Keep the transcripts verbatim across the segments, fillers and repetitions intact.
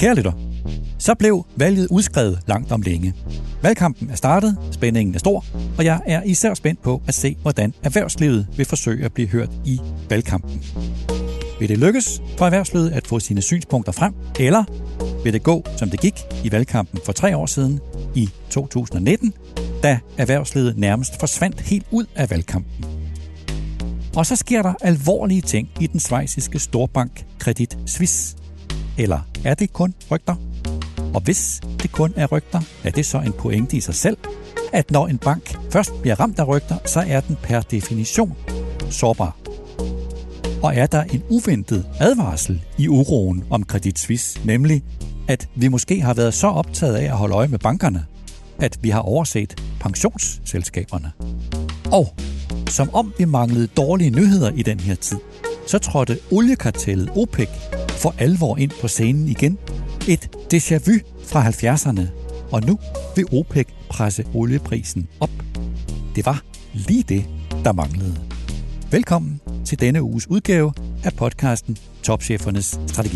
Kære lytter, så blev valget udskrevet langt om længe. Valgkampen er startet, spændingen er stor, og jeg er især spændt på at se, hvordan erhvervslivet vil forsøge at blive hørt i valgkampen. Vil det lykkes for erhvervslivet at få sine synspunkter frem, eller vil det gå, som det gik i valgkampen for tre år siden i to tusind nitten, da erhvervslivet nærmest forsvandt helt ud af valgkampen? Og så sker der alvorlige ting i den schweiziske storbank Credit Suisse. Eller er det kun rygter? Og hvis det kun er rygter, er det så en pointe i sig selv, at når en bank først bliver ramt af rygter, så er den per definition sårbar. Og er der en uventet advarsel i uroen om Credit Suisse, nemlig at vi måske har været så optaget af at holde øje med bankerne, at vi har overset pensionsselskaberne. Og som om vi manglede dårlige nyheder i den her tid, så trådte oliekartellet OPEC for alvor ind på scenen igen. Et déjà vu fra halvfjerdserne, og nu vil OPEC presse olieprisen op. Det var lige det, der manglede. Velkommen til denne uges udgave af podcasten Topchefernes Strategi.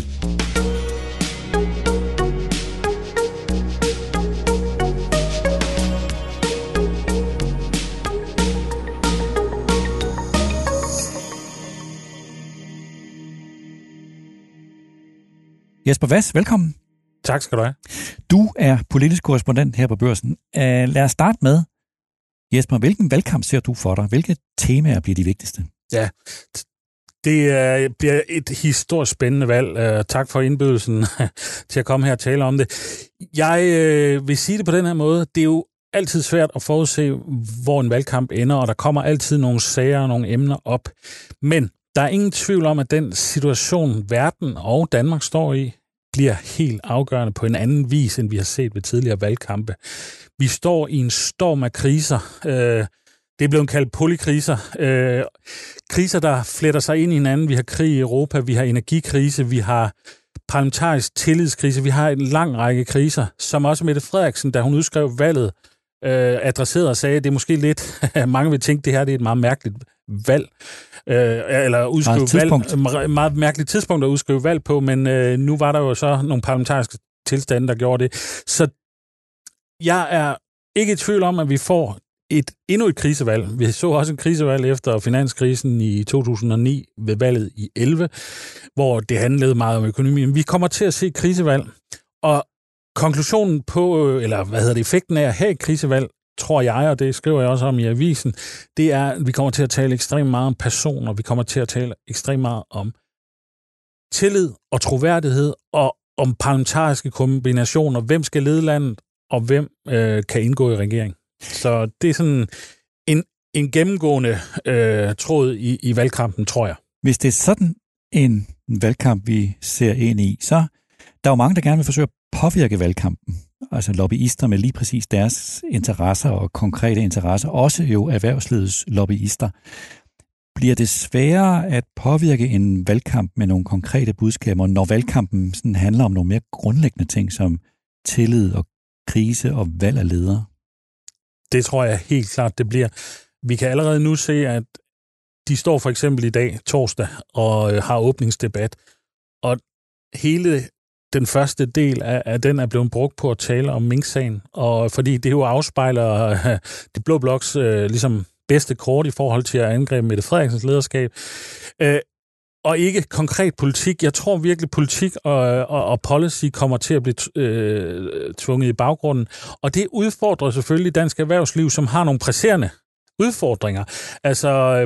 Jesper Hvass, velkommen. Tak skal du have. Du er politisk korrespondent her på Børsen. Uh, lad os starte med, Jesper, hvilken valgkamp ser du for dig? Hvilke temaer bliver de vigtigste? Ja, det uh, bliver et historisk spændende valg. Uh, tak for indbydelsen til at komme her og tale om det. Jeg uh, vil sige det på den her måde. Det er jo altid svært at forudse, hvor en valgkamp ender, og der kommer altid nogle sager og nogle emner op. Men der er ingen tvivl om, at den situation, verden og Danmark står i, bliver helt afgørende på en anden vis, end vi har set ved tidligere valgkampe. Vi står i en storm af kriser. Det er blevet kaldt polykriser. Kriser, der fletter sig ind i hinanden. Vi har krig i Europa, vi har energikrise, vi har parlamentarisk tillidskrise, vi har en lang række kriser, som også Mette Frederiksen, da hun udskrev valget, adresserede og sagde, at det er måske lidt, mange vil tænke, at det her det er et meget mærkeligt valg, øh, eller udskrive valg, meget, meget mærkeligt tidspunkt at udskrive valg på, men øh, nu var der jo så nogle parlamentariske tilstande, der gjorde det. Så jeg er ikke i tvivl om, at vi får et endnu et krisevalg. Vi så også en krisevalg efter finanskrisen i to tusind og ni ved valget i elleve, hvor det handlede meget om økonomi. Vi kommer til at se krisevalg, og konklusionen på, eller hvad hedder det, effekten af at have et krisevalg, tror jeg, og det skriver jeg også om i avisen, det er, at vi kommer til at tale ekstremt meget om personer, vi kommer til at tale ekstremt meget om tillid og troværdighed, og om parlamentariske kombinationer, hvem skal lede landet, og hvem øh, kan indgå i regering. Så det er sådan en, en gennemgående øh, tråd i, i valgkampen, tror jeg. Hvis det er sådan en valgkamp, vi ser ind i, så der er jo mange, der gerne vil forsøge at påvirke valgkampen. Altså lobbyister med lige præcis deres interesser og konkrete interesser, også jo erhvervslivets lobbyister. Bliver det sværere at påvirke en valgkamp med nogle konkrete budskaber, når valgkampen sådan handler om nogle mere grundlæggende ting som tillid og krise og valg af ledere? Det tror jeg helt klart, det bliver. Vi kan allerede nu se, at de står for eksempel i dag, torsdag, og har åbningsdebat, og hele den første del af, af den er blevet brugt på at tale om Mink-sagen, og fordi det jo afspejler uh, de blå bloks uh, ligesom bedste kort i forhold til at angribe Mette Frederiksens lederskab, uh, og ikke konkret politik. Jeg tror virkelig, politik og, og, og policy kommer til at blive uh, tvunget i baggrunden, og det udfordrer selvfølgelig dansk erhvervsliv, som har nogle presserende udfordringer. Altså,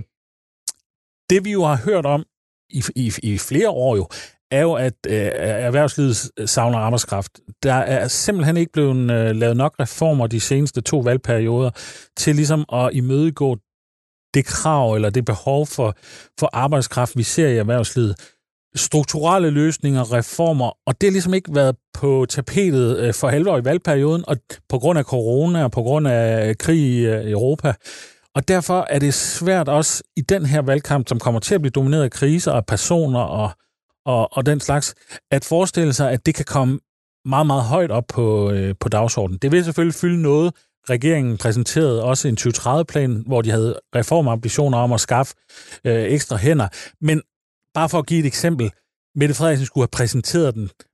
det vi jo har hørt om i, i, i flere år jo, er jo, at øh, erhvervslivet savner arbejdskraft. Der er simpelthen ikke blevet øh, lavet nok reformer de seneste to valgperioder til ligesom at imødegå det krav eller det behov for, for arbejdskraft, vi ser i erhvervslivet. Strukturelle løsninger, reformer, og det har ligesom ikke været på tapetet øh, for halvår i valgperioden, og på grund af corona og på grund af krig i øh, Europa. Og derfor er det svært også i den her valgkamp, som kommer til at blive domineret af kriser og personer og Og, og den slags, at forestille sig, at det kan komme meget, meget højt op på, øh, på dagsordenen. Det vil selvfølgelig fylde noget. Regeringen præsenterede også en tyve tredive-plan, hvor de havde reformambitioner om at skaffe øh, ekstra hænder. Men bare for at give et eksempel, Mette Frederiksen skulle have præsenteret den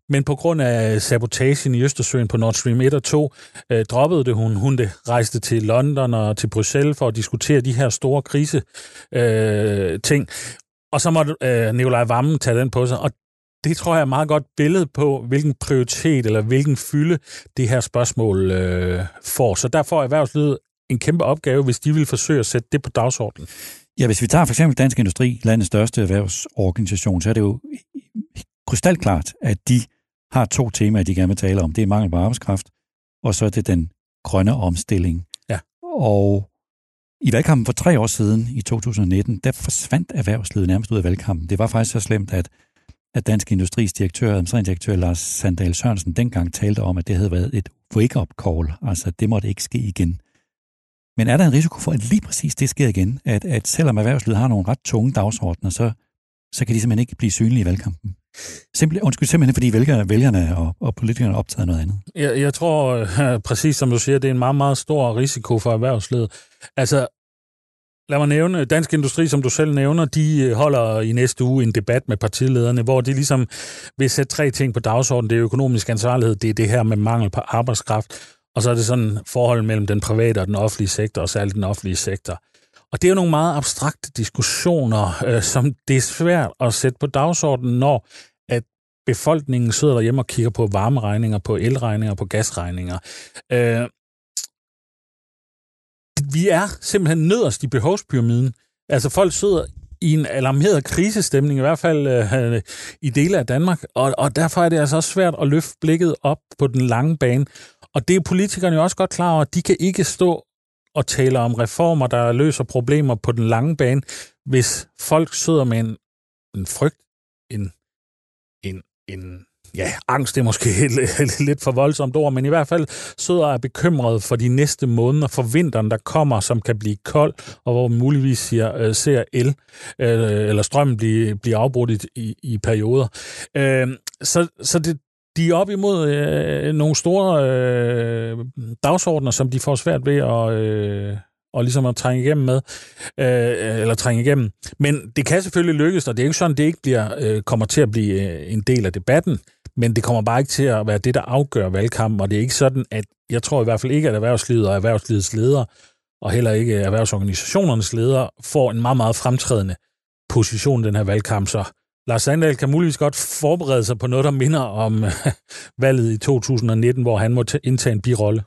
men på grund af sabotagen i Østersøen på Nord Stream et og to, øh, droppede det hun. Hun det rejste til London og til Bruxelles for at diskutere de her store krise øh, ting. Og så måtte øh, Nicolai Wammen tage den på sig, og det tror jeg er et meget godt billede på, hvilken prioritet eller hvilken fylde det her spørgsmål øh, får. Så der får erhvervslivet en kæmpe opgave, hvis de vil forsøge at sætte det på dagsordenen. Ja, hvis vi tager for eksempel Dansk Industri, landets største erhvervsorganisation, så er det jo krystalklart, at de har to temaer, de gerne vil tale om. Det er mangel på arbejdskraft, og så er det den grønne omstilling. Ja. Og i valgkampen for tre år siden, i to tusind nitten, der forsvandt erhvervslivet nærmest ud af valgkampen. Det var faktisk så slemt, at, at Dansk Industris direktør, administrerende direktør Lars Sandahl Sørensen, dengang talte om, at det havde været et wake-up call. Altså, det måtte ikke ske igen. Men er der en risiko for, at lige præcis det sker igen? At, at selvom erhvervslivet har nogle ret tunge dagsordner, så, så kan de simpelthen ikke blive synlige i valgkampen? Simpel, undskyld, simpelthen fordi vælgerne, vælgerne og, og politikerne er optaget noget andet. Jeg, jeg tror, uh, præcis som du siger, det er en meget, meget stor risiko for erhvervslivet. Altså, lad mig nævne, Dansk Industri, som du selv nævner, de holder i næste uge en debat med partilederne, hvor de ligesom vil sætte tre ting på dagsordenen. Det er økonomisk ansvarlighed, det er det her med mangel på arbejdskraft, og så er det sådan forhold mellem den private og den offentlige sektor, og særligt den offentlige sektor. Og det er jo nogle meget abstrakte diskussioner, øh, som det er svært at sætte på dagsordenen, når at befolkningen sidder derhjemme og kigger på varmeregninger, på elregninger, på gasregninger. Øh, vi er simpelthen nederst i behovspyramiden. Altså folk sidder i en alarmeret krisestemning, i hvert fald øh, i dele af Danmark, og, og derfor er det altså også svært at løfte blikket op på den lange bane. Og det er politikerne jo også godt klar over, at de kan ikke stå og tale om reformer, der løser problemer på den lange bane, hvis folk sidder med en, en frygt, en, en, en ja, angst, det er måske lidt for voldsomt ord, men i hvert fald sidder og er bekymret for de næste måneder, for vinteren, der kommer, som kan blive kold, og hvor man muligvis siger, øh, ser el øh, eller strømmen blive, blive afbrudt i, i, i perioder. Øh, så, så det De er op imod øh, nogle store øh, dagsordner, som de får svært ved at, øh, og ligesom at trænge igennem med, øh, eller trænge igennem. Men det kan selvfølgelig lykkes, og det er ikke sådan, det ikke bliver, øh, kommer til at blive øh, en del af debatten, men det kommer bare ikke til at være det, der afgør valgkampen, og det er ikke sådan, at jeg tror i hvert fald ikke, at erhvervslivet og erhvervslivets ledere, og heller ikke erhvervsorganisationernes ledere, får en meget, meget fremtrædende position i den her valgkamp, så Lars Sandahl kan muligvis godt forberede sig på noget, der minder om valget i to tusind nitten, hvor han må indtage en birolle.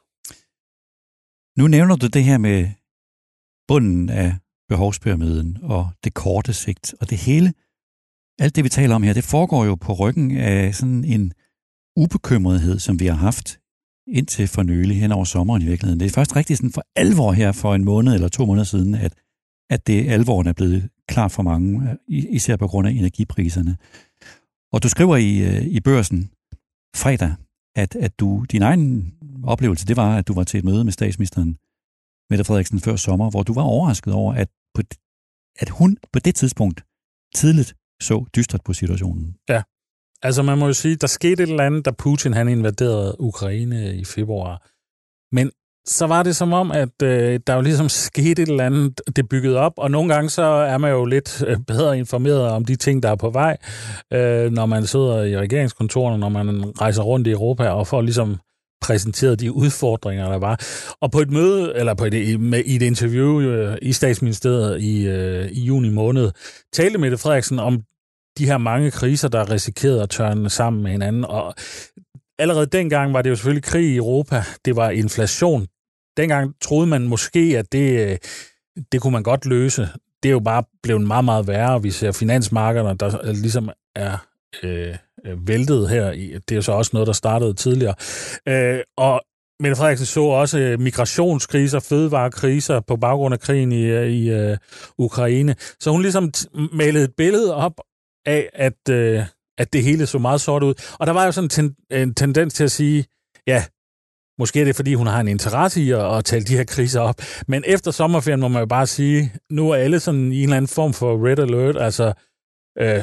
Nu nævner du det her med bunden af behovspyramiden og det korte sigt, og det hele, alt det vi taler om her, det foregår jo på ryggen af sådan en ubekymrethed, som vi har haft indtil for nylig hen over sommeren i virkeligheden. Det er først rigtig sådan for alvor her for en måned eller to måneder siden, at, at det alvoren er blevet klar for mange, især på grund af energipriserne. Og du skriver i, i Børsen fredag, at, at du, din egen oplevelse, det var, at du var til et møde med statsministeren, Mette Frederiksen, før sommer, hvor du var overrasket over, at, på, at hun på det tidspunkt tidligt så dystert på situationen. Ja, altså man må jo sige, der skete et eller andet, da Putin han invaderede Ukraine i februar. Men så var det som om, at øh, der jo ligesom skete et eller andet, det byggede op, og nogle gange så er man jo lidt øh, bedre informeret om de ting, der er på vej, øh, når man sidder i regeringskontorerne, når man rejser rundt i Europa og får ligesom præsenteret de udfordringer, der var. Og på et møde, eller på et, i et interview øh, i Statsministeriet i, øh, i juni måned, talte Mette Frederiksen om de her mange kriser, der risikerede at tørne sammen med hinanden, og allerede dengang var det jo selvfølgelig krig i Europa, det var inflation. Dengang troede man måske, at det, det kunne man godt løse. Det er jo bare blevet meget, meget værre. Vi ser finansmarkederne, der ligesom er øh, væltet her. Det er jo så også noget, der startede tidligere. Øh, og Mette Frederiksen så også migrationskriser, fødevarekriser på baggrund af krigen i, i uh, Ukraine. Så hun ligesom malede et billede op af, at øh, at det hele så meget sort ud. Og der var jo sådan en, ten, en tendens til at sige, ja, måske er det, fordi hun har en interesse i at, at tale de her kriser op. Men efter sommerferien må man jo bare sige, nu er alle sådan i en eller anden form for red alert. Altså, øh,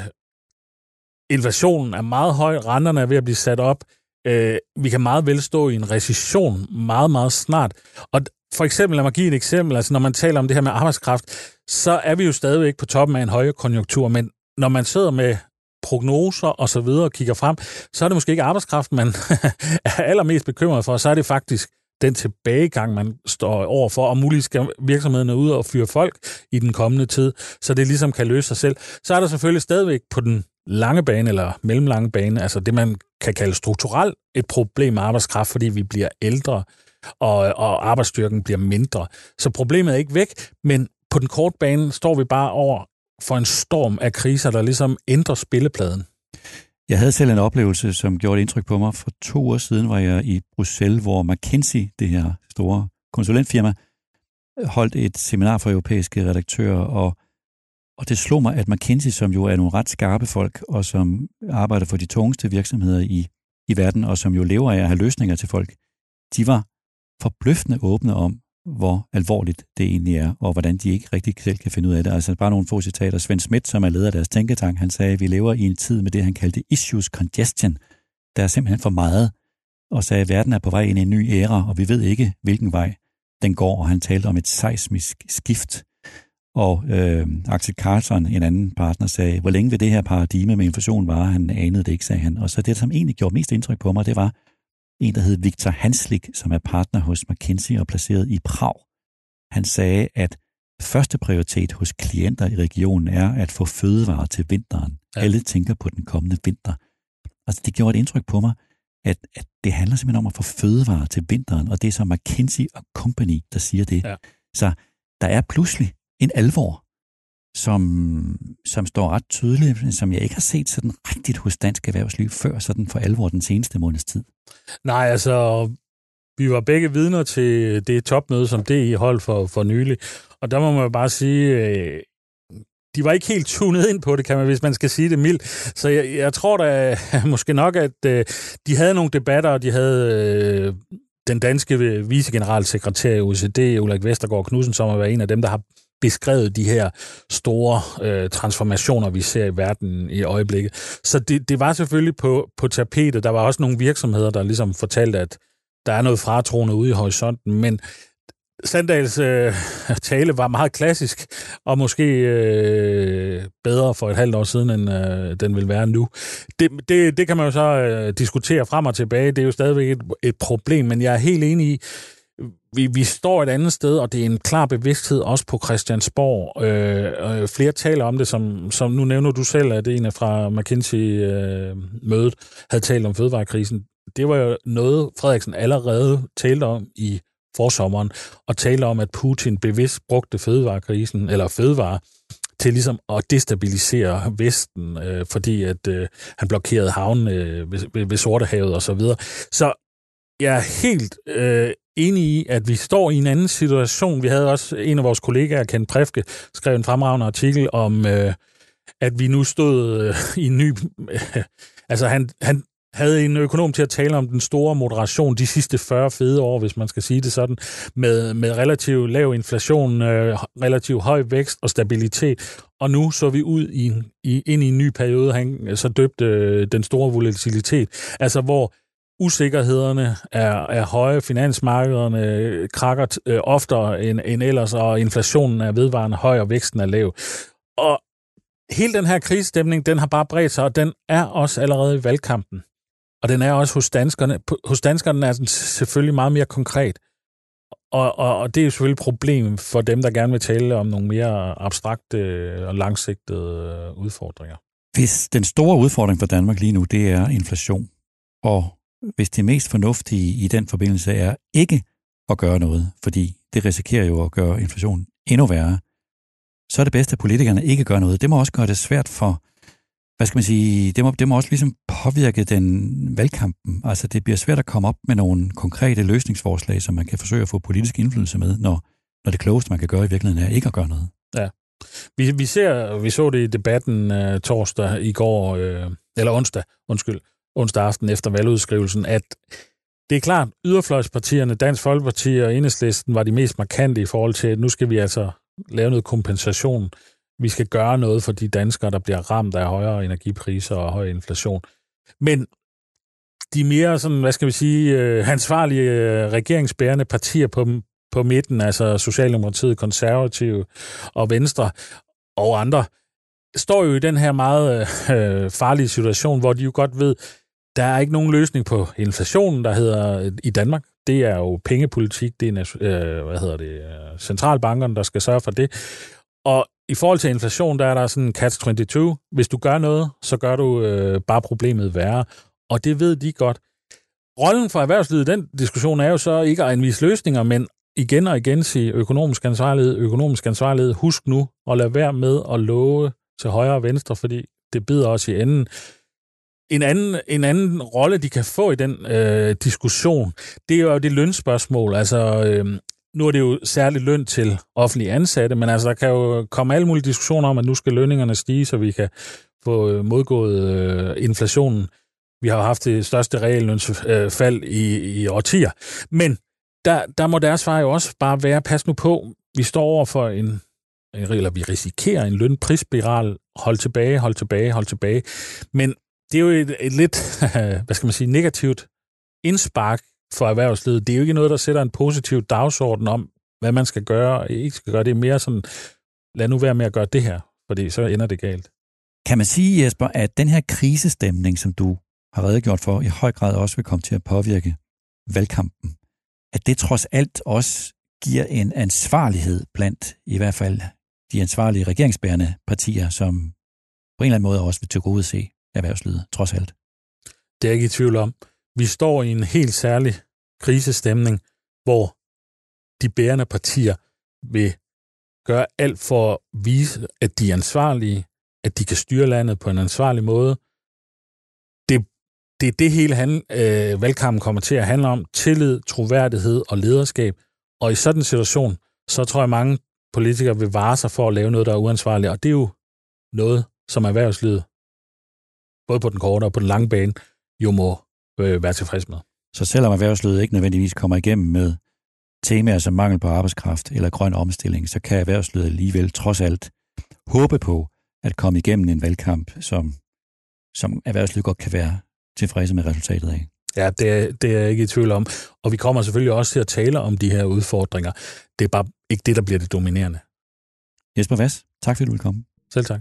inflationen er meget høj, renterne er ved at blive sat op. Øh, vi kan meget vel stå i en recession meget, meget snart. Og for eksempel, lad mig give et eksempel. Altså, når man taler om det her med arbejdskraft, så er vi jo stadigvæk på toppen af en højere konjunktur. Men når man sidder med prognoser og så videre kigger frem, så er det måske ikke arbejdskraften, man er allermest bekymret for, så er det faktisk den tilbagegang, man står overfor, og muligt skal virksomhederne ud og fyre folk i den kommende tid, så det ligesom kan løse sig selv. Så er der selvfølgelig stadigvæk på den lange bane, eller mellemlange bane, altså det, man kan kalde strukturelt et problem med arbejdskraft, fordi vi bliver ældre, og, og arbejdsstyrken bliver mindre. Så problemet er ikke væk, men på den korte bane står vi bare over for en storm af kriser, der ligesom ændrer spillepladen. Jeg havde selv en oplevelse, som gjorde et indtryk på mig. For to år siden var jeg i Bruxelles, hvor McKinsey, det her store konsulentfirma, holdt et seminar for europæiske redaktører, og, og det slog mig, at McKinsey, som jo er nogle ret skarpe folk, og som arbejder for de tungeste virksomheder i, i verden, og som jo lever af at have løsninger til folk, de var forbløffende åbne om, hvor alvorligt det egentlig er, og hvordan de ikke rigtig selv kan finde ud af det. Altså bare nogle få citater. Svend Schmidt, som er leder af deres tænketank, han sagde, at vi lever i en tid med det, han kaldte issues congestion. Der er simpelthen for meget, og sagde, at verden er på vej ind i en ny æra, og vi ved ikke, hvilken vej den går, og han talte om et seismisk skift. Og øh, Axel Carlson, en anden partner, sagde, hvor længe vil det her paradigme med inflation vare? Han anede det ikke, sagde han. Og så det, som egentlig gjorde mest indtryk på mig, det var en, der hed Victor Hanslik, som er partner hos McKinsey og placeret i Prag. Han sagde, at første prioritet hos klienter i regionen er at få fødevarer til vinteren. Ja. Alle tænker på den kommende vinter. Altså, det gjorde et indtryk på mig, at, at det handler simpelthen om at få fødevarer til vinteren, og det er så McKinsey og Company, der siger det. Ja. Så der er pludselig en alvor, som, som står ret tydeligt, som jeg ikke har set sådan rigtigt hos dansk erhvervsliv før, sådan for alvor den seneste måneds tid. Nej, altså, vi var begge vidner til det topmøde, som det I holdt for, for nylig, og der må man bare sige, øh, de var ikke helt tunet ind på det, kan man, hvis man skal sige det mildt. Så jeg, jeg tror da måske nok, at øh, de havde nogle debatter, og de havde øh, den danske vicegeneralsekretær i O E C D, Ulrik Vestergaard Knudsen, som har været en af dem, der har beskrevet de her store øh, transformationer, vi ser i verden i øjeblikket. Så det, det var selvfølgelig på, på tapetet. Der var også nogle virksomheder, der ligesom fortalte, at der er noget fratroende ude i horisonten, men Sandals øh, tale var meget klassisk, og måske øh, bedre for et halvt år siden, end øh, den vil være nu. Det, det, det kan man jo så øh, diskutere frem og tilbage. Det er jo stadigvæk et, et problem, men jeg er helt enig i, Vi, vi står et andet sted, og det er en klar bevidsthed også på Christiansborg. Øh, øh, flere taler om det, som, som nu nævner du selv, at en af fra McKinsey-mødet øh, havde talt om fødevarekrisen. Det var jo noget, Frederiksen allerede talte om i forsommeren, og talte om, at Putin bevidst brugte fødevarekrisen, eller fødevare, til ligesom at destabilisere Vesten, øh, fordi at øh, han blokerede havnen øh, ved, ved, ved Sortehavet og så videre. Så jeg er helt øh, enig i, at vi står i en anden situation. Vi havde også en af vores kollegaer, Ken Præfke, skrev en fremragende artikel om, øh, at vi nu stod øh, i en ny... Øh, altså, han, han havde en økonom til at tale om den store moderation de sidste fyrre fede år, hvis man skal sige det sådan, med, med relativt lav inflation, øh, relativt høj vækst og stabilitet. Og nu så vi ud i, i, ind i en ny periode, han så døbte øh, den store volatilitet. Altså, hvor usikkerhederne er, er høje, finansmarkederne krakker øh, oftere end, end ellers, og inflationen er vedvarende høj, og væksten er lav. Og hele den her krisestemning, den har bare bredt sig, og den er også allerede i valgkampen. Og den er også hos danskerne. Hos danskerne er den selvfølgelig meget mere konkret. Og, og, og det er jo selvfølgelig et problem for dem, der gerne vil tale om nogle mere abstrakte og langsigtede udfordringer. Hvis den store udfordring for Danmark lige nu, det er inflation, og hvis det mest fornuftige i den forbindelse er ikke at gøre noget, fordi det risikerer jo at gøre inflationen endnu værre, så er det bedste, at politikerne ikke gør noget. Det må også gøre det svært for, hvad skal man sige, det må, det må også ligesom påvirke den valgkampen. Altså det bliver svært at komme op med nogle konkrete løsningsforslag, som man kan forsøge at få politisk indflydelse med, når, når det klogeste, man kan gøre i virkeligheden, er ikke at gøre noget. Ja. Vi, vi, ser, vi så det i debatten uh, torsdag i går, uh, eller onsdag, undskyld, onsdag aften efter valgudskrivelsen, at det er klart, yderfløjspartierne, Dansk Folkeparti og Enhedslisten var de mest markante i forhold til, at nu skal vi altså lave noget kompensation. Vi skal gøre noget for de danskere, der bliver ramt af højere energipriser og høj inflation. Men de mere sådan, hvad skal vi sige, ansvarlige regeringsbærende partier på, på midten, altså Socialdemokratiet, Konservative og Venstre og andre, står jo i den her meget øh, farlige situation, hvor de jo godt ved, der er ikke nogen løsning på inflationen, der hedder i Danmark. Det er jo pengepolitik, det er øh, hvad hedder det, centralbankerne, der skal sørge for det. Og i forhold til inflation, der er der sådan en catch twenty-two. Hvis du gør noget, så gør du øh, bare problemet værre. Og det ved de godt. Rollen for erhvervslivet i den diskussion er jo så ikke at anvise løsninger, men igen og igen sige økonomisk ansvarlighed, økonomisk ansvarlighed. Husk nu at lade være med at love til højre og venstre, fordi det bider os i enden. En anden, en anden rolle, de kan få i den øh, diskussion, det er jo det lønspørgsmål. Altså, øh, nu er det jo særligt løn til offentlige ansatte, men altså, der kan jo komme alle mulige diskussioner om, at nu skal lønningerne stige, så vi kan få modgået øh, inflationen. Vi har jo haft det største reallønsfald i, i årtier. Men der, der må deres svar jo også bare være, pas nu på, vi står over for en, eller vi risikerer en lønprisspiral, hold tilbage, hold tilbage, hold tilbage. Men det er jo et, et lidt, hvad skal man sige, negativt indspark for erhvervslivet. Det er jo ikke noget, der sætter en positiv dagsorden om, hvad man skal gøre og ikke skal gøre. Det er mere sådan, lad nu være med at gøre det her, fordi så ender det galt. Kan man sige, Jesper, at den her krisestemning, som du har redegjort for, i høj grad også vil komme til at påvirke valgkampen, at det trods alt også giver en ansvarlighed blandt i hvert fald de ansvarlige regeringsbærende partier, som på en eller anden måde også vil tilgodese erhvervslivet, trods alt. Det er jeg ikke i tvivl om. Vi står i en helt særlig krisestemning, hvor de bærende partier vil gøre alt for at vise, at de er ansvarlige, at de kan styre landet på en ansvarlig måde. Det, det er det hele han, øh, valgkampen kommer til at handle om. Tillid, troværdighed og lederskab. Og i sådan en situation, så tror jeg, mange politikere vil vare sig for at lave noget, der er uansvarligt. Og det er jo noget, som erhvervslivet, både på den korte og på den lange bane, jo må øh, være tilfreds med. Så selvom erhvervslivet ikke nødvendigvis kommer igennem med temaer som mangel på arbejdskraft eller grøn omstilling, så kan erhvervslivet alligevel trods alt håbe på at komme igennem en valgkamp, som, som erhvervslivet godt kan være tilfredse med resultatet af. Ja, det er, det er jeg ikke i tvivl om. Og vi kommer selvfølgelig også til at tale om de her udfordringer. Det er bare ikke det, der bliver det dominerende. Jesper Hvass, tak fordi du vil komme. Selv tak.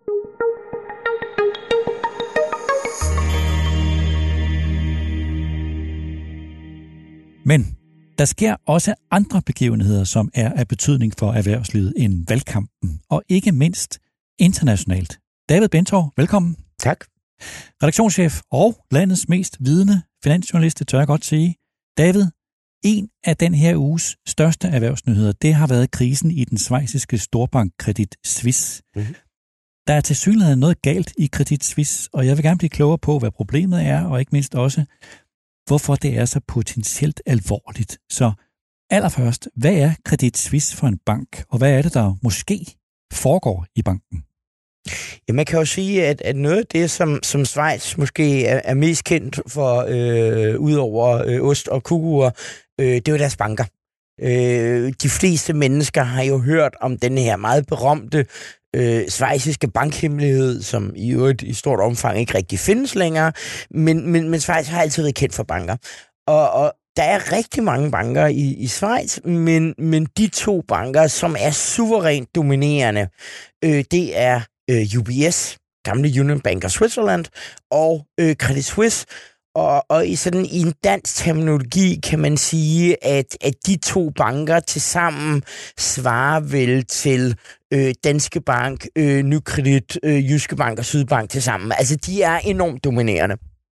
Men der sker også andre begivenheder, som er af betydning for erhvervslivet end valgkampen, og ikke mindst internationalt. David Bentor, velkommen. Tak. Redaktionschef og landets mest vidende finansjournalist, det tør jeg godt sige. David, en af den her uges største erhvervsnyheder, det har været krisen i den schweiziske storbank Credit Suisse. Mm-hmm. Der er tilsyneladende noget galt i Credit Suisse, og jeg vil gerne blive klogere på, hvad problemet er, og ikke mindst også, hvorfor det er så potentielt alvorligt. Så allerførst, hvad er Credit Suisse for en bank, og hvad er det, der måske foregår i banken? Ja, man kan jo sige, at, at noget af det, som, som Schweiz måske er, er mest kendt for, øh, ud over øh, ost og kuguer, øh, det er jo deres banker. Øh, de fleste mennesker har jo hørt om den her meget berømte øh, schweiziske bankhemmelighed, som i øvrigt i stort omfang ikke rigtig findes længere, men, men, men Schweiz har altid været kendt for banker. Og, og der er rigtig mange banker i, i Schweiz, men, men de to banker, som er suverænt dominerende, øh, det er øh, U B S, gamle Union Bank of Switzerland, og øh, Credit Suisse. Og, og i sådan i en dansk terminologi kan man sige, at, at de to banker tilsammen svarer vel til øh, Danske Bank, øh, Nykredit, øh, Jyske Bank og Sydbank tilsammen. Altså, de er enormt dominerende.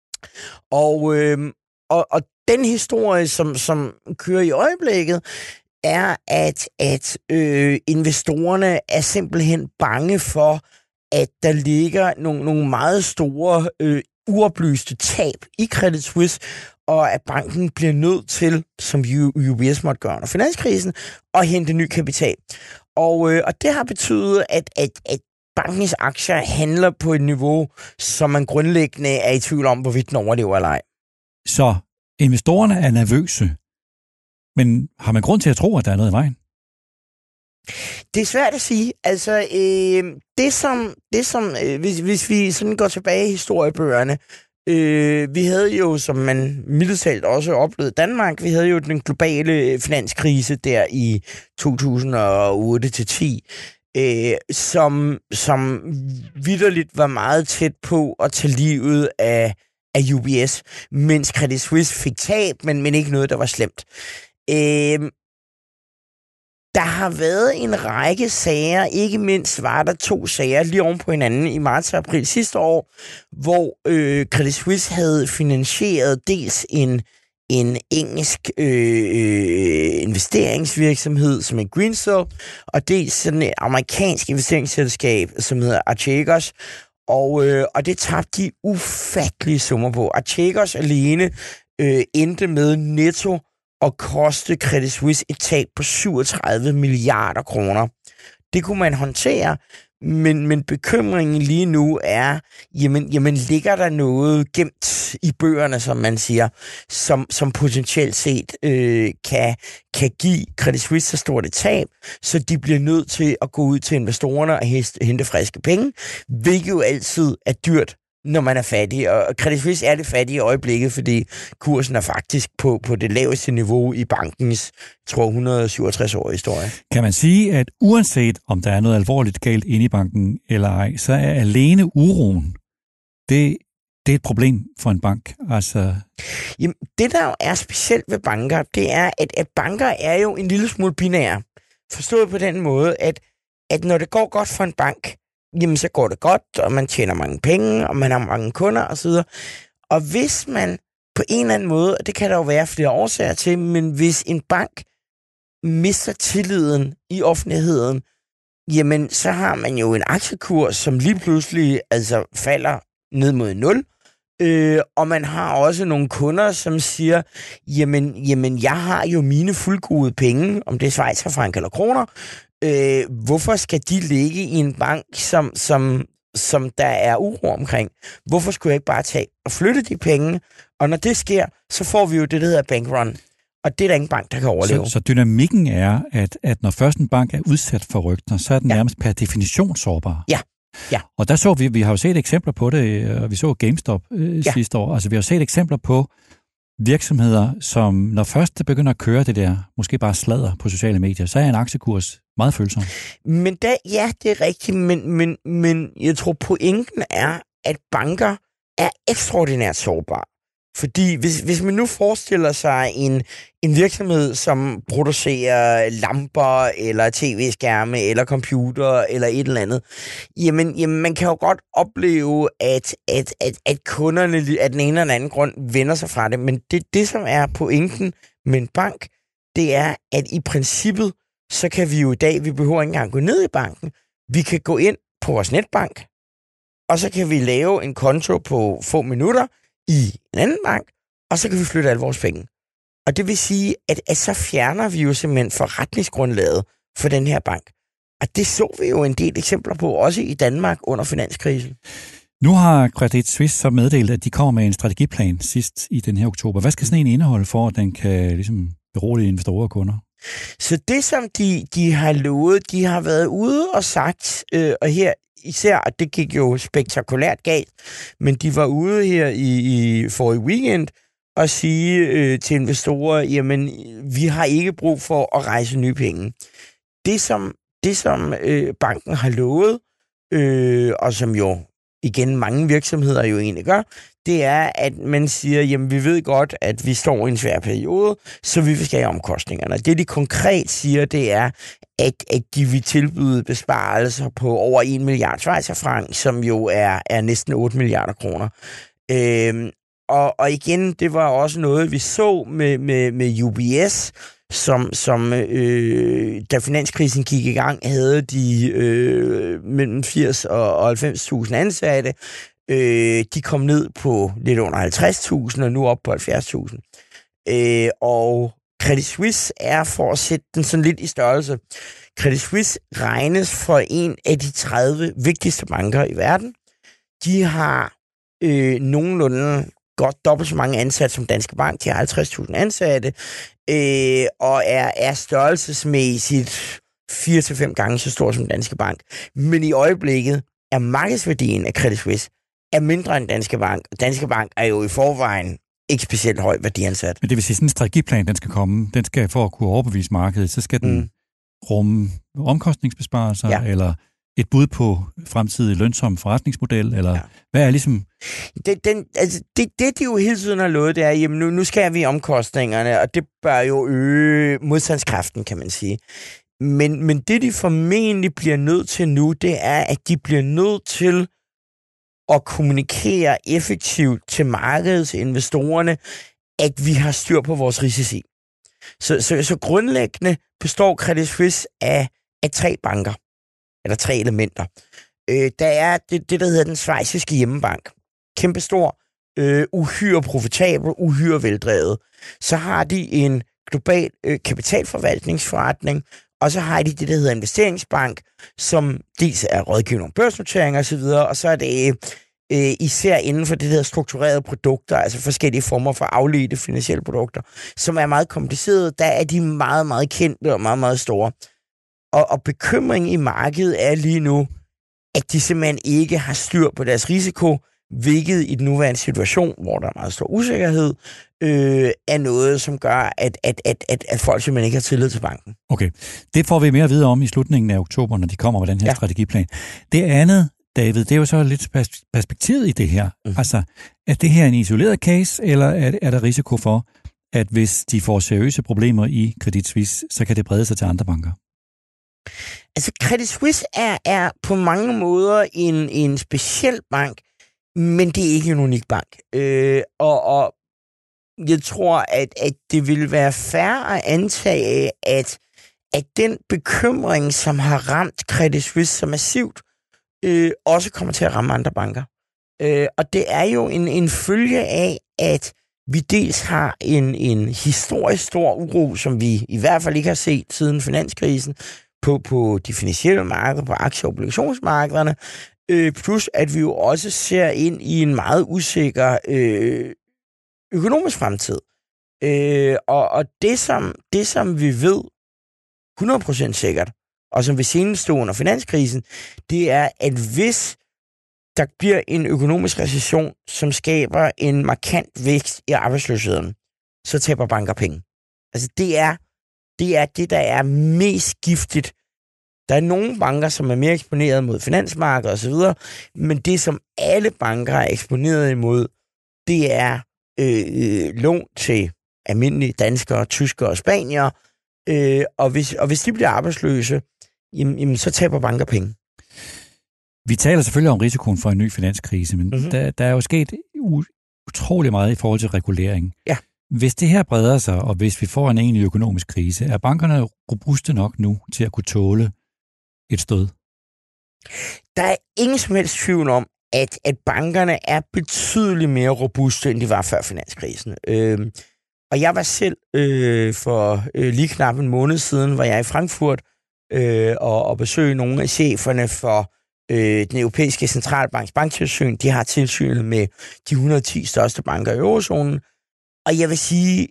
Og, øh, og, og den historie, som, som kører i øjeblikket, er, at, at øh, investorerne er simpelthen bange for, at der ligger nogle, nogle meget store øh, uoplyste tab i Credit Suisse, og at banken bliver nødt til, som U B S måtte gøre under finanskrisen, at hente ny kapital. Og, øh, og det har betydet, at, at, at bankens aktier handler på et niveau, som man grundlæggende er i tvivl om, hvorvidt den overlever eller ej. Så investorerne er nervøse, men har man grund til at tro, at der er noget i vejen? Det er svært at sige. Altså, øh, det som, det som øh, hvis, hvis vi sådan går tilbage i historiebøgerne, øh, vi havde jo, som man mildest talt også oplevede i Danmark, vi havde jo den globale finanskrise der i to tusind og otte til ti. øh, som, som vitterligt var meget tæt på at tage livet af, af U B S, mens Credit Suisse fik tab, men, men ikke noget, der var slemt. Øh, Der har været en række sager, ikke mindst var der to sager lige oven på hinanden i marts og april sidste år, hvor øh, Credit Suisse havde finansieret dels en, en engelsk øh, investeringsvirksomhed, som er Greensill, og dels sådan et amerikansk investeringsselskab, som hedder Archegos, og, øh, og det tabte de ufattelige summer på. Archegos alene øh, endte med netto og koste Credit Suisse et tab på syvogtredive milliarder kroner. Det kunne man håndtere, men, men bekymringen lige nu er, jamen, jamen ligger der noget gemt i bøgerne, som man siger, som, som potentielt set øh, kan, kan give Credit Suisse så stort et tab, så de bliver nødt til at gå ud til investorerne og hente friske penge, hvilket jo altid er dyrt, når man er fattig. Og Credit Suisse er det fattige i øjeblikket, fordi kursen er faktisk på, på det laveste niveau i bankens, tror et hundrede og syvogtres år historie. Kan man sige, at uanset om der er noget alvorligt galt inde i banken eller ej, så er alene uroen, det, det er et problem for en bank? Altså... Jamen, det der jo er specielt ved banker, det er, at, at banker er jo en lille smule binære. Forstået på den måde, at, at når det går godt for en bank, jamen så går det godt, og man tjener mange penge, og man har mange kunder osv. Og hvis man på en eller anden måde, og det kan der jo være flere årsager til, men hvis en bank mister tilliden i offentligheden, jamen så har man jo en aktiekurs, som lige pludselig altså falder ned mod nul, øh, og man har også nogle kunder, som siger, jamen, jamen jeg har jo mine fuldgode penge, om det er schweizerfranc eller kroner, Øh, hvorfor skal de ligge i en bank, som, som, som der er uro omkring? Hvorfor skulle jeg ikke bare tage og flytte de penge? Og når det sker, så får vi jo det, der hedder bankrun. Og det er der ingen bank, der kan overleve. Så, så dynamikken er, at, at når først en bank er udsat for rygter, så er den ja. nærmest per definition sårbar. Ja. Ja. Og der så vi, vi har jo set eksempler på det, og vi så GameStop øh, ja. sidste år. Altså vi har set eksempler på virksomheder, som når først det begynder at køre det der, måske bare sladder på sociale medier, så er en aktiekurs meget følsom. Men da, ja, det er rigtigt, men, men, men jeg tror pointen er, at banker er ekstraordinært sårbare. Fordi hvis, hvis man nu forestiller sig en, en virksomhed, som producerer lamper, eller tv-skærme, eller computer, eller et eller andet, jamen, jamen man kan jo godt opleve, at, at, at, at kunderne af den ene eller anden grund vender sig fra det. Men det, det, som er pointen med en bank, det er, at i princippet, så kan vi jo i dag, vi behøver ikke engang gå ned i banken, vi kan gå ind på vores netbank, og så kan vi lave en konto på få minutter, i en anden bank, og så kan vi flytte alle vores penge. Og det vil sige, at, at så fjerner vi jo simpelthen forretningsgrundlaget for den her bank. Og det så vi jo en del eksempler på, også i Danmark under finanskrisen. Nu har Credit Suisse så meddelt, at de kommer med en strategiplan sidst i den her oktober. Hvad skal sådan en indeholde for, at den kan ligesom berolige investorer og kunder? Så det, som de, de har lovet, de har været ude og sagt, øh, og her især, at det gik jo spektakulært galt, men de var ude her i, i forrige weekend og sige øh, til investorer, jamen, vi har ikke brug for at rejse nye penge. Det, som, det, som øh, banken har lovet, øh, og som jo igen mange virksomheder jo egentlig gør, det er, at man siger, jamen vi ved godt, at vi står i en svær periode, så vi vil skære omkostningerne. Det, de konkret siger, det er, at, at de vil tilbyde besparelser på over en milliard schweizerfranc, som jo er, er næsten otte milliarder kroner. Øhm, og, og igen, det var også noget, vi så med, med, med U B S, som, som øh, da finanskrisen gik i gang, havde de øh, mellem firs og halvfems tusind ansatte. Øh, de kom ned på lidt under halvtreds tusind, og nu op på halvfjerds tusind. Øh, og Credit Suisse er, for at sætte den sådan lidt i størrelse, Credit Suisse regnes for en af de tredive vigtigste banker i verden. De har øh, nogenlunde godt dobbelt så mange ansatte som Danske Bank. De har halvtreds tusind ansatte, øh, og er, er størrelsesmæssigt fire til fem gange så stor som Danske Bank. Men i øjeblikket er markedsværdien af Credit Suisse er mindre end Danske Bank. Danske Bank er jo i forvejen ikke specielt højt værdiansat. Men det vil sige, at sådan en strategiplan, den skal komme, den skal for at kunne overbevise markedet, så skal den mm. rumme omkostningsbesparelser, ja. eller et bud på fremtidig lønsom forretningsmodel, eller ja. hvad er ligesom... Det, den, altså, det, det, de jo hele tiden har lovet, det er, jamen nu, nu skal vi omkostningerne, og det bør jo øge modstandskraften, kan man sige. Men, men det, de formentlig bliver nødt til nu, det er, at de bliver nødt til at kommunikere effektivt til markedet, til investorerne, at vi har styr på vores risici. Så, så, så grundlæggende består Credit Suisse af, af tre banker, eller tre elementer. Øh, der er det, det, der hedder den schweiziske hjemmebank. Kæmpestor, øh, uhyre profitabel, uhyre veldrevet. Så har de en global øh, kapitalforvaltningsforretning, og så har de det, der hedder investeringsbank, som dels er rådgivning om børsnoteringer osv., og så er det øh, især inden for det, der hedder strukturerede produkter, altså forskellige former for afledte finansielle produkter, som er meget komplicerede. Der er de meget, meget kendte og meget, meget store. Og, og bekymringen i markedet er lige nu, at de simpelthen ikke har styr på deres risiko, hvilket i den nuværende situation, hvor der er meget stor usikkerhed, øh, er noget, som gør, at, at, at, at, at folk simpelthen ikke har tillid til banken. Okay, det får vi mere at vide om i slutningen af oktober, når de kommer med den her ja. strategiplan. Det andet, David, det er jo så lidt perspektivet i det her. Mm. Altså, er det her en isoleret case, eller er, er der risiko for, at hvis de får seriøse problemer i Credit Suisse, så kan det brede sig til andre banker? Altså, Credit Suisse er, er på mange måder en, en speciel bank, men det er ikke en unik bank. Øh, og, og jeg tror, at, at det vil være fair at antage, at, at den bekymring, som har ramt Credit Suisse så massivt, øh, også kommer til at ramme andre banker. Øh, og det er jo en, en følge af, at vi dels har en, en historisk stor uro, som vi i hvert fald ikke har set siden finanskrisen, på, på de finansielle markeder, på aktie- og obligationsmarkederne, øh, plus at vi jo også ser ind i en meget usikker øh, økonomisk fremtid. Øh, og og det, som, det, som vi ved hundrede procent sikkert, og som vi senest stod under finanskrisen, det er, at hvis der bliver en økonomisk recession, som skaber en markant vækst i arbejdsløsheden, så taber banker penge. Altså det er det, er det der er mest giftigt. Der er nogle banker, som er mere eksponeret mod finansmarkedet osv., men det, som alle banker er eksponeret imod, det er øh, lån til almindelige danskere, tyskere og spaniere, øh, og, hvis, og hvis de bliver arbejdsløse, jamen, jamen, så taber banker penge. Vi taler selvfølgelig om risikoen for en ny finanskrise, men mm-hmm. der, der er jo sket utrolig meget i forhold til regulering. Ja. Hvis det her breder sig, og hvis vi får en egentlig økonomisk krise, er bankerne robuste nok nu til at kunne tåle et stød? Der er ingen som helst tvivl om, at, at bankerne er betydeligt mere robuste, end de var før finanskrisen. Øh, og jeg var selv øh, for øh, lige knap en måned siden, var jeg i Frankfurt øh, og, og besøgte nogle af cheferne for øh, den europæiske centralbanks banktilsyn. De har tilsynet med de et hundrede og ti største banker i eurozonen. Og jeg vil sige,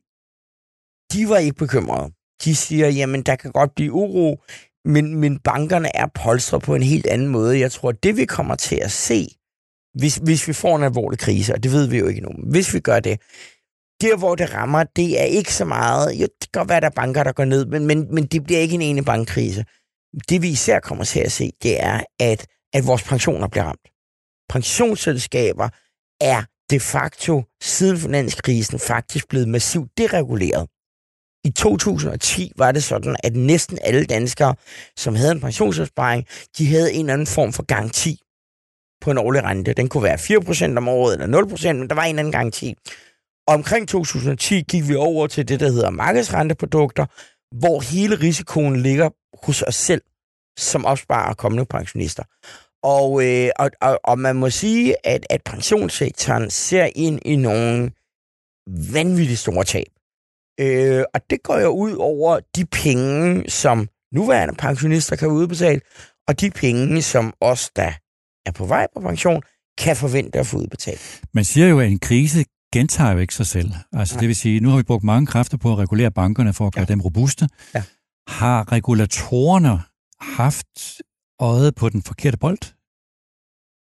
de var ikke bekymrede. De siger, jamen der kan godt blive uro, men, men bankerne er polstret på en helt anden måde. Jeg tror, det vi kommer til at se, hvis, hvis vi får en alvorlig krise, og det ved vi jo ikke nu, hvis vi gør det, der hvor det rammer, det er ikke så meget, jo, det kan godt være, der er banker, der går ned, men, men, men det bliver ikke en ene bankkrise. Det vi især kommer til at se, det er, at, at vores pensioner bliver ramt. Pensionsselskaber er de facto siden finanskrisen faktisk blevet massivt dereguleret. I to tusind og ti var det sådan, at næsten alle danskere, som havde en pensionsopsparing, de havde en eller anden form for garanti på en årlig rente. Den kunne være fire procent om året eller nul procent, men der var en eller anden garanti. Og omkring to tusind og ti gik vi over til det, der hedder markedsrenteprodukter, hvor hele risikoen ligger hos os selv, som opsparer og kommende pensionister. Og, øh, og, og, og man må sige, at, at pensionssektoren ser ind i nogle vanvittigt store tab. Øh, og det går jo ud over de penge, som nuværende pensionister kan udbetale, og de penge, som os, der er på vej på pension, kan forvente at få udbetalt. Man siger jo, at en krise gentager jo ikke sig selv. Altså, det vil sige, nu har vi brugt mange kræfter på at regulere bankerne for at gøre ja. dem robuste. Ja. Har regulatorerne haft øjet på den forkerte bold?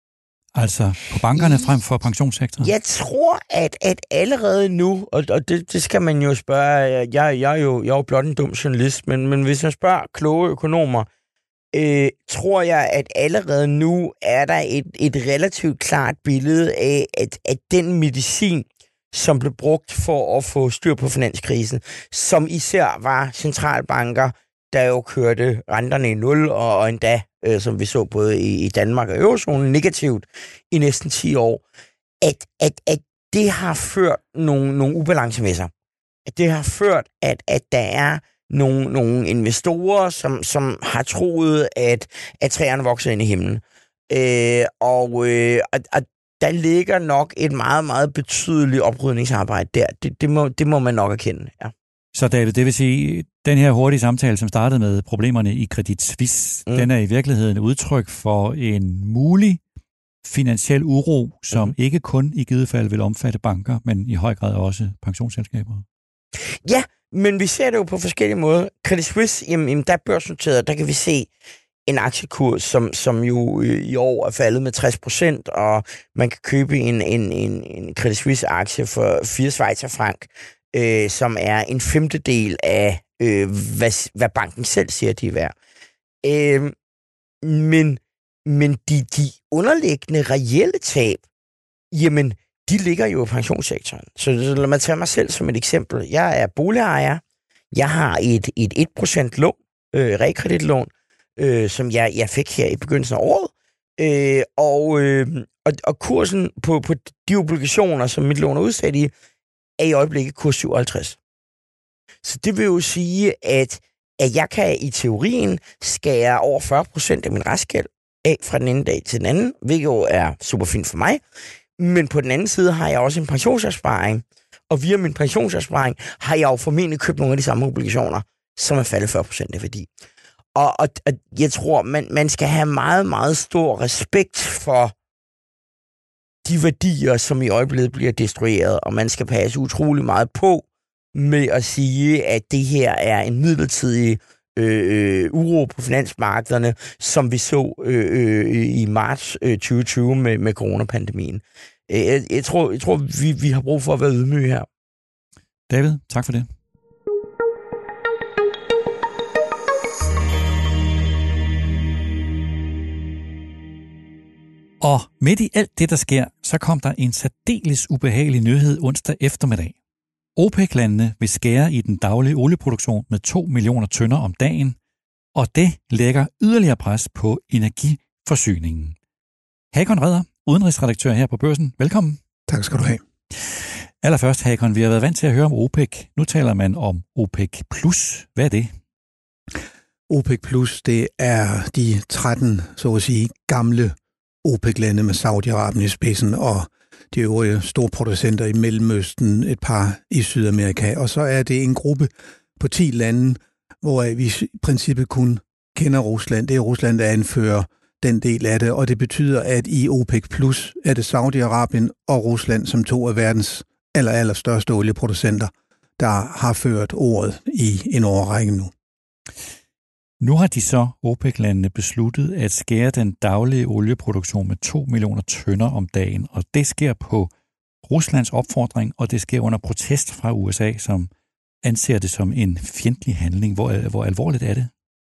Altså på bankerne frem for pensionssektoren? Jeg tror, at, at allerede nu, og, og det, det skal man jo spørge, jeg, jeg, er, jo, jeg er jo blot en dum journalist, men, men hvis man spørger kloge økonomer, øh, tror jeg, at allerede nu er der et, et relativt klart billede af, at, at den medicin, som blev brugt for at få styr på finanskrisen, som især var centralbanker, der jo kørte renterne i nul, og, og endda, øh, som vi så både i, i Danmark og Eurozonen, negativt i næsten ti år, at, at, at det har ført nogle, nogle ubalancer med sig. At det har ført, at, at der er nogle, nogle investorer, som, som har troet, at, at træerne vokser ind i himlen. Øh, og, øh, og, og der ligger nok et meget, meget betydeligt oprydningsarbejde der. Det, det, må, det må man nok erkende, ja. Så David, det vil sige, den her hurtige samtale, som startede med problemerne i Credit Suisse, mm. den er i virkeligheden udtryk for en mulig finansiel uro, som mm. ikke kun i givet fald vil omfatte banker, men i høj grad også pensionsselskaber. Ja, men vi ser det jo på forskellige måder. Credit Suisse, jamen, jamen der er børsnoteret, der kan vi se en aktiekurs, som, som jo i år er faldet med tres procent, og man kan købe en, en, en, en Credit Suisse-aktie for fire schweizerfranc, øh, som er en femtedel af, øh, hvad, hvad banken selv siger, de er værd. Øh, men men de, de underliggende reelle tab, jamen, de ligger jo i pensionssektoren. Så lad mig tage mig selv som et eksempel. Jeg er boligejer. Jeg har et, et en procent lån, øh, realkreditlån, øh, som jeg, jeg fik her i begyndelsen af året. Øh, og, øh, og, og kursen på, på de obligationer, som mit lån er udsat i, er i øjeblikket kurs syvoghalvtreds. Så det vil jo sige, at, at jeg kan i teorien skære over fyrre procent af min restgæld af fra den ene dag til den anden, hvilket jo er super fint for mig. Men på den anden side har jeg også en pensionsopsparing, og via min pensionsopsparing har jeg jo formentlig købt nogle af de samme obligationer, som er faldet fyrre procent af værdi. Og, og, og jeg tror, man, man skal have meget, meget stor respekt for de værdier, som i øjeblikket bliver destrueret, og man skal passe utrolig meget på med at sige, at det her er en midlertidig øh, uro på finansmarkederne, som vi så øh, øh, i marts øh, tyve tyve med, med coronapandemien. Jeg, jeg tror, jeg tror vi, vi har brug for at være ydmyge her. David, tak for det. Og midt i alt det, der sker, så kom der en særdeles ubehagelig nyhed onsdag eftermiddag. OPEC-landene vil skære i den daglige olieproduktion med to millioner tønder om dagen, og det lægger yderligere pres på energiforsyningen. Hakon Redder, udenrigsredaktør her på Børsen. Velkommen. Tak skal du have. Allerførst, Hakon, vi har været vant til at høre om OPEC. Nu taler man om OPEC plus. Hvad er det? OPEC plus, det er de tretten, så at sige, gamle OPEC-lande med Saudi-Arabien i spidsen og de øvrige store producenter i Mellemøsten, et par i Sydamerika. Og så er det en gruppe på ti lande, hvor vi i princippet kun kender Rusland. Det er Rusland, der anfører den del af det, og det betyder, at i OPEC plus er det Saudi-Arabien og Rusland, som to af verdens aller, aller største olieproducenter, der har ført ordet i en årrække nu. Nu har de så, OPEC-landene, besluttet at skære den daglige olieproduktion med to millioner tønder om dagen, og det sker på Ruslands opfordring, og det sker under protest fra U S A, som anser det som en fjendtlig handling. Hvor, hvor alvorligt er det?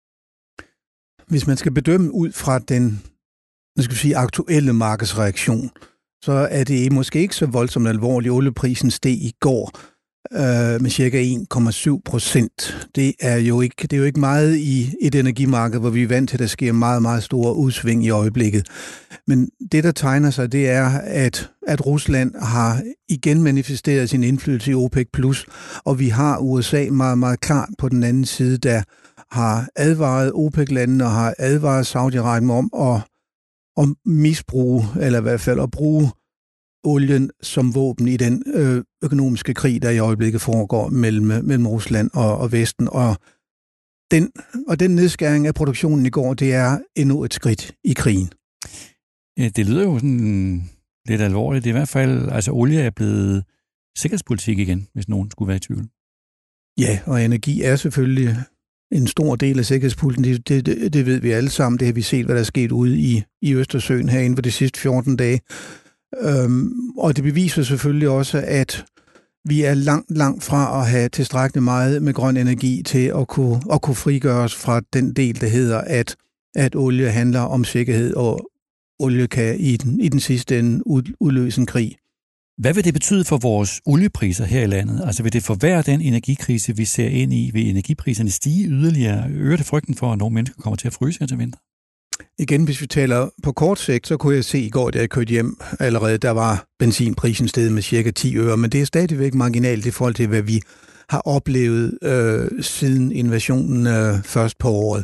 Hvis man skal bedømme ud fra den jeg skal sige, aktuelle markedsreaktion, så er det måske ikke så voldsomt alvorligt. Olieprisen steg i går øh, med cirka en komma syv procent. Det er jo ikke, det er jo ikke meget i et energimarked, hvor vi er vant til, at der sker meget, meget store udsving i øjeblikket. Men det, der tegner sig, det er, at, at Rusland har igen manifesteret sin indflydelse i OPEC plus, og vi har U S A meget, meget klart på den anden side, der har advaret OPEC-landene og har advaret Saudi-Arabien om at, at misbruge, eller i hvert fald at bruge olien som våben i den øh, økonomiske krig, der i øjeblikket foregår mellem, mellem Rusland og, og Vesten. Og den, og den nedskæring af produktionen i går, det er endnu et skridt i krigen. Ja, det lyder jo sådan lidt alvorligt. I hvert fald, altså olie er blevet sikkerhedspolitik igen, hvis nogen skulle være i tvivl. Ja, og energi er selvfølgelig en stor del af sikkerhedspolitikken. Det, det, det ved vi alle sammen. Det har vi set, hvad der er sket ude i, i Østersøen her inden for de sidste fjorten dage. Øhm, og det beviser selvfølgelig også, at vi er langt, langt fra at have tilstrækkeligt meget med grøn energi til at kunne, at kunne frigøre os fra den del, der hedder, at, at olie handler om sikkerhed, og olie kan i den, i den sidste ende udløse en krig. Hvad vil det betyde for vores oliepriser her i landet? Altså vil det forværre den energikrise, vi ser ind i? Vil energipriserne stige yderligere? Øger det frygten for, at nogle mennesker kommer til at fryse her til vinter? Igen, hvis vi taler på kort sigt, så kunne jeg se i går, da jeg kørte hjem allerede, der var benzinprisen steget med cirka ti øre, men det er stadigvæk marginalt i forhold til, hvad vi har oplevet øh, siden invasionen øh, først på året.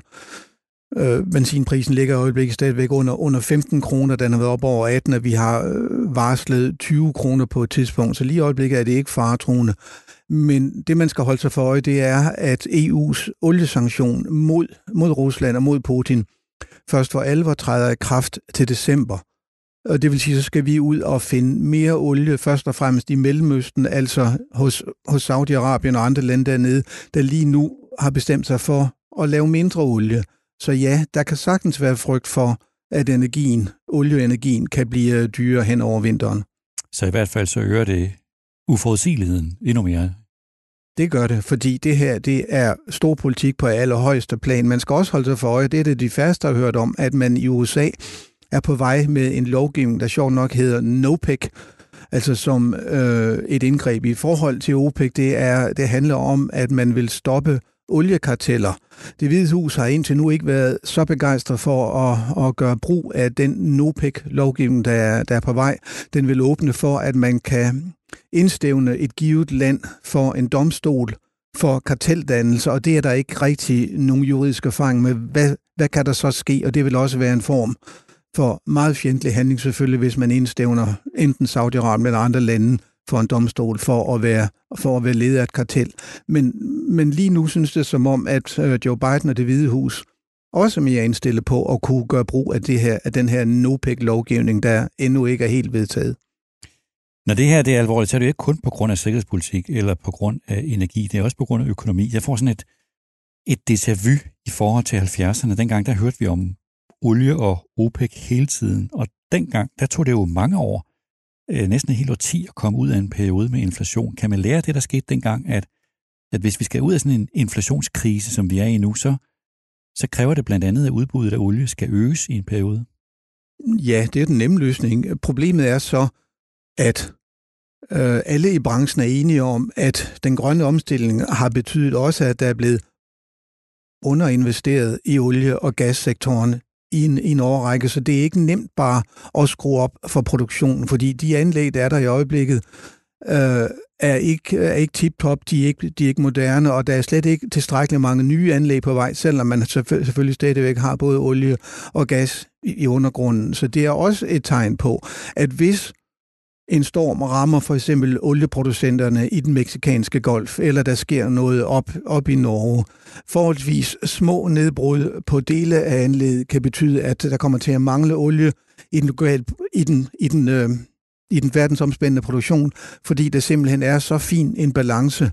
Øh, benzinprisen ligger i øjeblikket stadigvæk under, under femten kroner, den har været op over atten, og vi har øh, varslet tyve kroner på et tidspunkt, så lige i øjeblikket er det ikke faretruende. Men det, man skal holde sig for øje, det er, at E U's oliesanktion mod, mod Rusland og mod Putin først for alvor træder i kraft til december. Og det vil sige, så skal vi ud og finde mere olie, først og fremmest i Mellemøsten, altså hos, hos Saudi-Arabien og andre lande dernede, der lige nu har bestemt sig for at lave mindre olie. Så ja, der kan sagtens være frygt for, at energien, olieenergien kan blive dyrere hen over vinteren. Så i hvert fald så øger det uforudsigeligheden endnu mere. Det gør det, fordi det her, det er stor politik på allerhøjeste plan. Man skal også holde sig for øje, det er det de færreste har hørt om, at man i U S A er på vej med en lovgivning, der sjovt nok hedder NOPEC, altså som øh, et indgreb i forhold til OPEC. Det, er, det handler om, at man vil stoppe oliekarteller. Det Hvide Hus har indtil nu ikke været så begejstret for at, at gøre brug af den NOPEC-lovgivning, der er, der er på vej. Den vil åbne for, at man kan indstævne et givet land for en domstol for karteldannelse, og det er der ikke rigtig nogen juridisk erfaring med. Hvad, hvad kan der så ske? Og det vil også være en form for meget fjendtlig handling selvfølgelig, hvis man indstævner enten Saudi-Arabien eller andre lande for en domstol for at være, for at være leder af et kartel. Men, men lige nu synes det som om, at Joe Biden og Det Hvide Hus også er mere indstillet på at kunne gøre brug af, det her, af den her NOPEC-lovgivning, der endnu ikke er helt vedtaget. Når det her det er alvorligt, så er det jo ikke kun på grund af sikkerhedspolitik eller på grund af energi, det er også på grund af økonomi. Jeg får sådan et, et déjà vu i forhold til halvfjerdserne. Dengang der hørte vi om olie og OPEC hele tiden, og dengang der tog det jo mange år, øh, næsten et helt årti at komme ud af en periode med inflation. Kan man lære det, der skete dengang, at, at hvis vi skal ud af sådan en inflationskrise, som vi er i nu, så, så kræver det blandt andet, at udbuddet af olie skal øges i en periode? Ja, det er den nemme løsning. Problemet er så, at øh, alle i branchen er enige om, at den grønne omstilling har betydet også, at der er blevet underinvesteret i olie- og gassektoren i en, i en årrække, så det er ikke nemt bare at skrue op for produktionen, fordi de anlæg, der er der i øjeblikket, øh, er ikke, er ikke tip-top, de er ikke, de er ikke moderne, og der er slet ikke tilstrækkeligt mange nye anlæg på vej, selvom man selvfølgelig stadigvæk har både olie og gas i, i undergrunden. Så det er også et tegn på, at hvis en storm rammer for eksempel olieproducenterne i den meksikanske golf, eller der sker noget op, op i Norge. Forholdsvis små nedbrud på dele af anlægget kan betyde, at der kommer til at mangle olie i den, i den, i den, øh, i den verdensomspændende produktion, fordi der simpelthen er så fin en balance,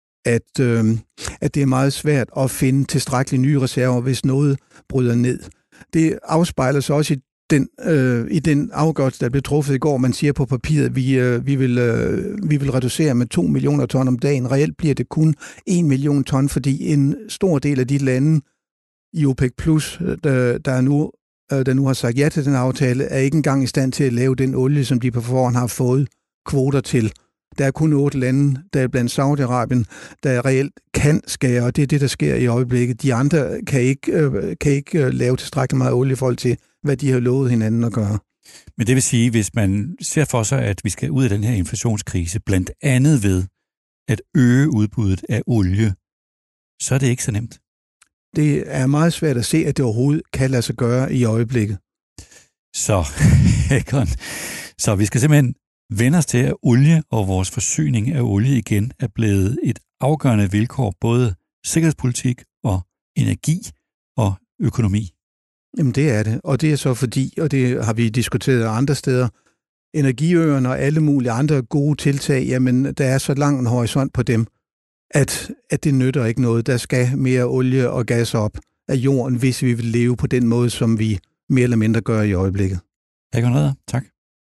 at, øh, at det er meget svært at finde tilstrækkelige nye reserver, hvis noget bryder ned. Det afspejler sig også i Den, øh, i den afgørelse, der blev truffet i går. Man siger på papiret, at vi, øh, vi, vil, øh, vi vil reducere med to millioner ton om dagen. Reelt bliver det kun en million ton, fordi en stor del af de lande i OPEC Plus, der, der, nu, øh, der nu har sagt ja til den aftale, er ikke engang i stand til at lave den olie, som de på forhånd har fået kvoter til. Der er kun otte lande, der er blandt Saudi-Arabien, der reelt kan skære, og det er det, der sker i øjeblikket. De andre kan ikke, øh, kan ikke øh, lave tilstrækkeligt meget olie i forhold til, hvad de har lovet hinanden at gøre. Men det vil sige, hvis man ser for sig, at vi skal ud af den her inflationskrise, blandt andet ved at øge udbuddet af olie, så er det ikke så nemt. Det er meget svært at se, at det overhovedet kan lade sig gøre i øjeblikket. Så, så vi skal simpelthen vende os til, at olie og vores forsyning af olie igen er blevet et afgørende vilkår, både sikkerhedspolitik og energi og økonomi. Jamen det er det, og det er så fordi, og det har vi diskuteret andre steder, energiøerne og alle mulige andre gode tiltag, jamen der er så lang en horisont på dem, at, at det nytter ikke noget. Der skal mere olie og gas op af jorden, hvis vi vil leve på den måde, som vi mere eller mindre gør i øjeblikket. Jeg kan redde. Tak.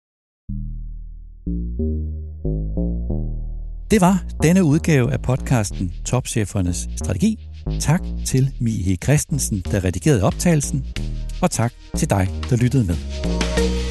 Det var denne udgave af podcasten Topchefernes Strategi. Tak til Mie Christensen, der redigerede optagelsen, og tak til dig, der lyttede med.